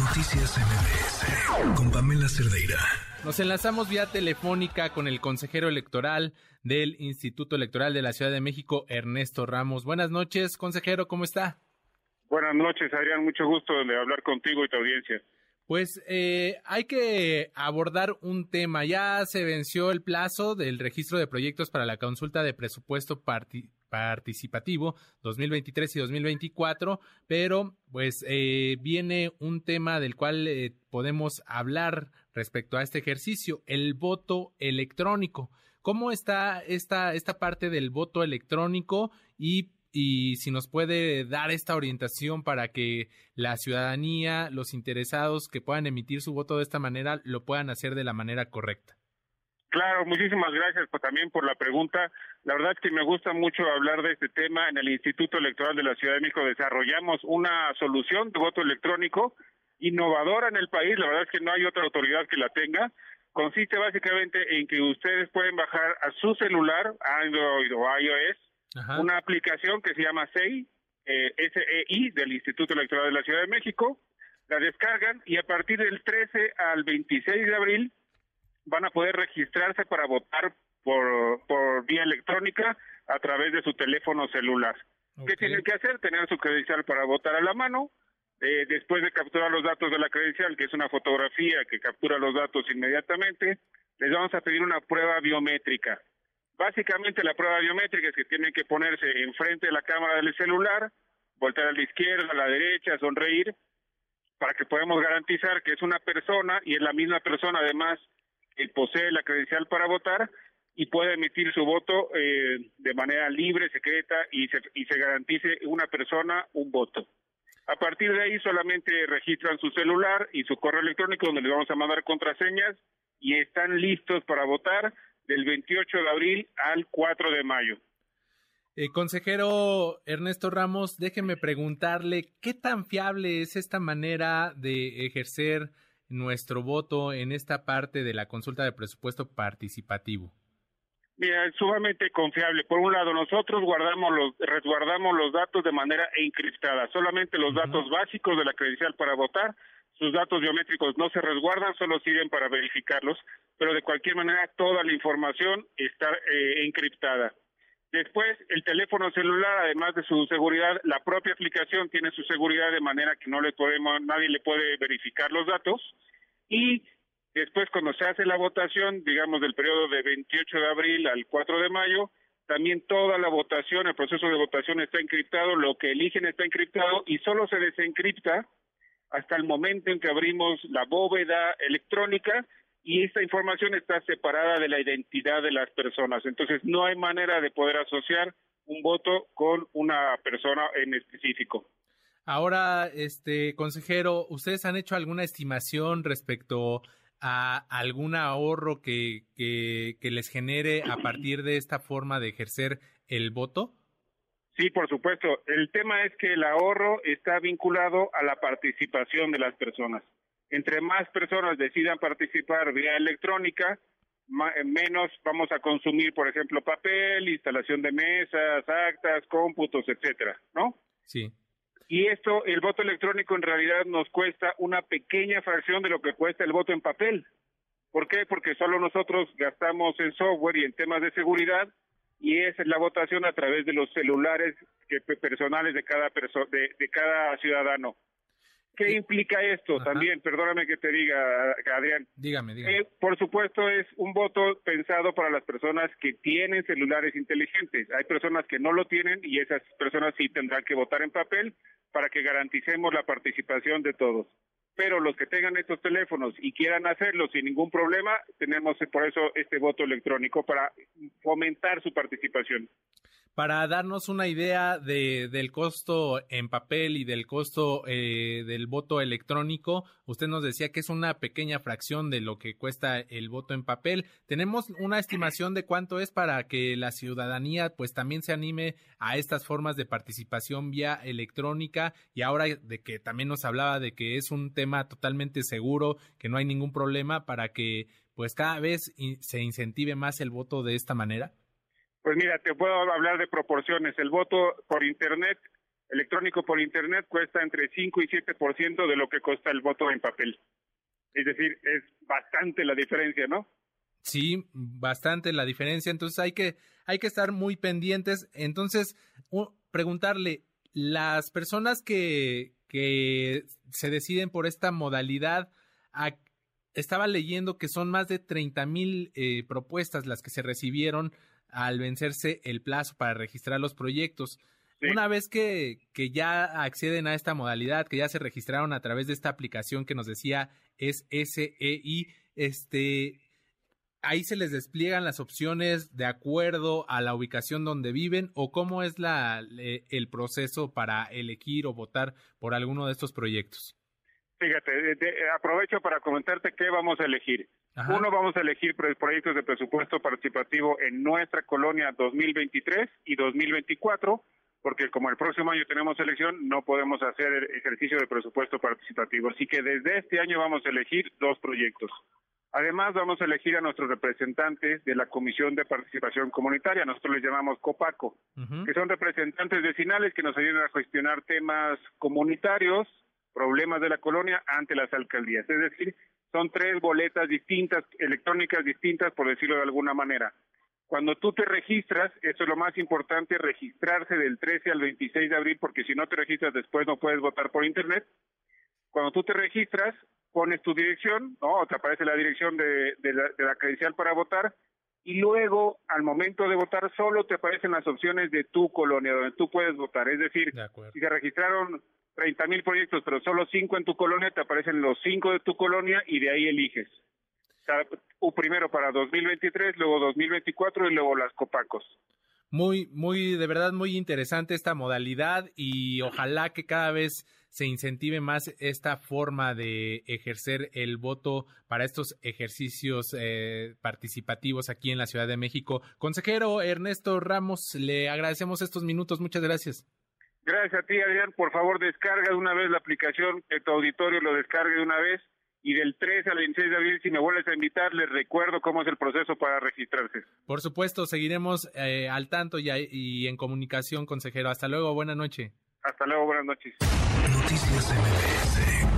Noticias MBS con Pamela Cerdeira. Nos enlazamos vía telefónica con el consejero electoral del Instituto Electoral de la Ciudad de México, Ernesto Ramos. Buenas noches, consejero, ¿cómo está? Buenas noches, Adrián, mucho gusto de hablar contigo y tu audiencia. Pues hay que abordar un tema. Ya se venció el plazo del registro de proyectos para la consulta de presupuesto participativo 2023 y 2024, pero pues viene un tema del cual podemos hablar respecto a este ejercicio, el voto electrónico. ¿Cómo está esta parte del voto electrónico y si nos puede dar esta orientación para que la ciudadanía, los interesados que puedan emitir su voto de esta manera, lo puedan hacer de la manera correcta? Claro, muchísimas gracias también por la pregunta. La verdad es que me gusta mucho hablar de este tema. En el Instituto Electoral de la Ciudad de México desarrollamos una solución de voto electrónico innovadora en el país. La verdad es que no hay otra autoridad que la tenga. Consiste básicamente en que ustedes pueden bajar a su celular, Android o iOS, una aplicación que se llama SEI, SEI, del Instituto Electoral de la Ciudad de México. La descargan y a partir del 13 al 26 de abril van a poder registrarse para votar por vía electrónica a través de su teléfono celular. ¿Qué tienen que hacer? Tener su credencial para votar a la mano. Después de capturar los datos de la credencial, que es una fotografía que captura los datos inmediatamente, les vamos a pedir una prueba biométrica. Básicamente la prueba biométrica es que tienen que ponerse enfrente de la cámara del celular, voltear a la izquierda, a la derecha, sonreír, para que podamos garantizar que es una persona y es la misma persona además que posee la credencial para votar y puede emitir su voto de manera libre, secreta y se garantice una persona, un voto. A partir de ahí solamente registran su celular y su correo electrónico donde les vamos a mandar contraseñas y están listos para votar del 28 de abril al 4 de mayo. Consejero Ernesto Ramos, déjeme preguntarle, ¿qué tan fiable es esta manera de ejercer nuestro voto en esta parte de la consulta de presupuesto participativo? Mira, es sumamente confiable. Por un lado, nosotros resguardamos los datos de manera encriptada. Solamente los datos básicos de la credencial para votar. Sus datos biométricos no se resguardan, solo sirven para verificarlos, pero de cualquier manera toda la información está encriptada. Después, el teléfono celular, además de su seguridad, la propia aplicación tiene su seguridad de manera que nadie le puede verificar los datos. Y después, cuando se hace la votación, digamos del periodo de 28 de abril al 4 de mayo, también toda la votación, el proceso de votación está encriptado, lo que eligen está encriptado y solo se desencripta hasta el momento en que abrimos la bóveda electrónica y esta información está separada de la identidad de las personas. Entonces, no hay manera de poder asociar un voto con una persona en específico. Ahora, consejero, ¿ustedes han hecho alguna estimación respecto a algún ahorro que les genere a partir de esta forma de ejercer el voto? Sí, por supuesto. El tema es que el ahorro está vinculado a la participación de las personas. Entre más personas decidan participar vía electrónica, menos vamos a consumir, por ejemplo, papel, instalación de mesas, actas, cómputos, etcétera, ¿no? Sí. Y el voto electrónico en realidad nos cuesta una pequeña fracción de lo que cuesta el voto en papel. ¿Por qué? Porque solo nosotros gastamos en software y en temas de seguridad y es la votación a través de los celulares personales de cada ciudadano. ¿Qué implica esto? También, perdóname que te diga, Adrián. Dígame. Por supuesto, es un voto pensado para las personas que tienen celulares inteligentes. Hay personas que no lo tienen y esas personas sí tendrán que votar en papel para que garanticemos la participación de todos. Pero los que tengan estos teléfonos y quieran hacerlo sin ningún problema, tenemos por eso este voto electrónico para fomentar su participación. Para darnos una idea del costo en papel y del costo del voto electrónico, usted nos decía que es una pequeña fracción de lo que cuesta el voto en papel. ¿Tenemos una estimación de cuánto es para que la ciudadanía pues también se anime a estas formas de participación vía electrónica? Y ahora de que también nos hablaba de que es un tema totalmente seguro, que no hay ningún problema para que pues cada vez se incentive más el voto de esta manera. Pues mira, te puedo hablar de proporciones. El voto por Internet electrónico por internet cuesta entre 5 y 7% de lo que cuesta el voto en papel. Es decir, es bastante la diferencia, ¿no? Sí, bastante la diferencia. Entonces hay que estar muy pendientes. Entonces, preguntarle, las personas que se deciden por esta modalidad, estaba leyendo que son más de 30,000 propuestas las que se recibieron al vencerse el plazo para registrar los proyectos. Sí. Una vez que ya acceden a esta modalidad, que ya se registraron a través de esta aplicación que nos decía es SEI, ¿ahí se les despliegan las opciones de acuerdo a la ubicación donde viven o cómo es el proceso para elegir o votar por alguno de estos proyectos? Fíjate, aprovecho para comentarte qué vamos a elegir. Ajá. Uno, vamos a elegir proyectos de presupuesto participativo en nuestra colonia 2023 y 2024, porque como el próximo año tenemos elección, no podemos hacer el ejercicio de presupuesto participativo. Así que desde este año vamos a elegir 2 proyectos. Además, vamos a elegir a nuestros representantes de la Comisión de Participación Comunitaria, nosotros les llamamos COPACO, que son representantes vecinales que nos ayudan a gestionar temas comunitarios, problemas de la colonia ante las alcaldías. Es decir, son 3 boletas distintas, electrónicas distintas, por decirlo de alguna manera. Cuando tú te registras, eso es lo más importante, registrarse del 13 al 26 de abril, porque si no te registras después no puedes votar por internet. Cuando tú te registras, pones tu dirección, ¿no? Te aparece la dirección de la credencial para votar, y luego, al momento de votar, solo te aparecen las opciones de tu colonia, donde tú puedes votar. Es decir, si se registraron 30,000 proyectos, pero solo 5 en tu colonia, te aparecen los 5 de tu colonia y de ahí eliges. O sea, primero para 2023, luego 2024 y luego las COPACOS. De verdad muy interesante esta modalidad y ojalá que cada vez se incentive más esta forma de ejercer el voto para estos ejercicios participativos aquí en la Ciudad de México. Consejero Ernesto Ramos, le agradecemos estos minutos. Muchas gracias. Gracias a ti, Adrián. Por favor, descarga de una vez la aplicación, que tu auditorio lo descargue de una vez. Y del 3 al 26 de abril, si me vuelves a invitar, les recuerdo cómo es el proceso para registrarse. Por supuesto, seguiremos al tanto y en comunicación, consejero. Hasta luego, buena noche. Hasta luego, buenas noches. Noticias MBS.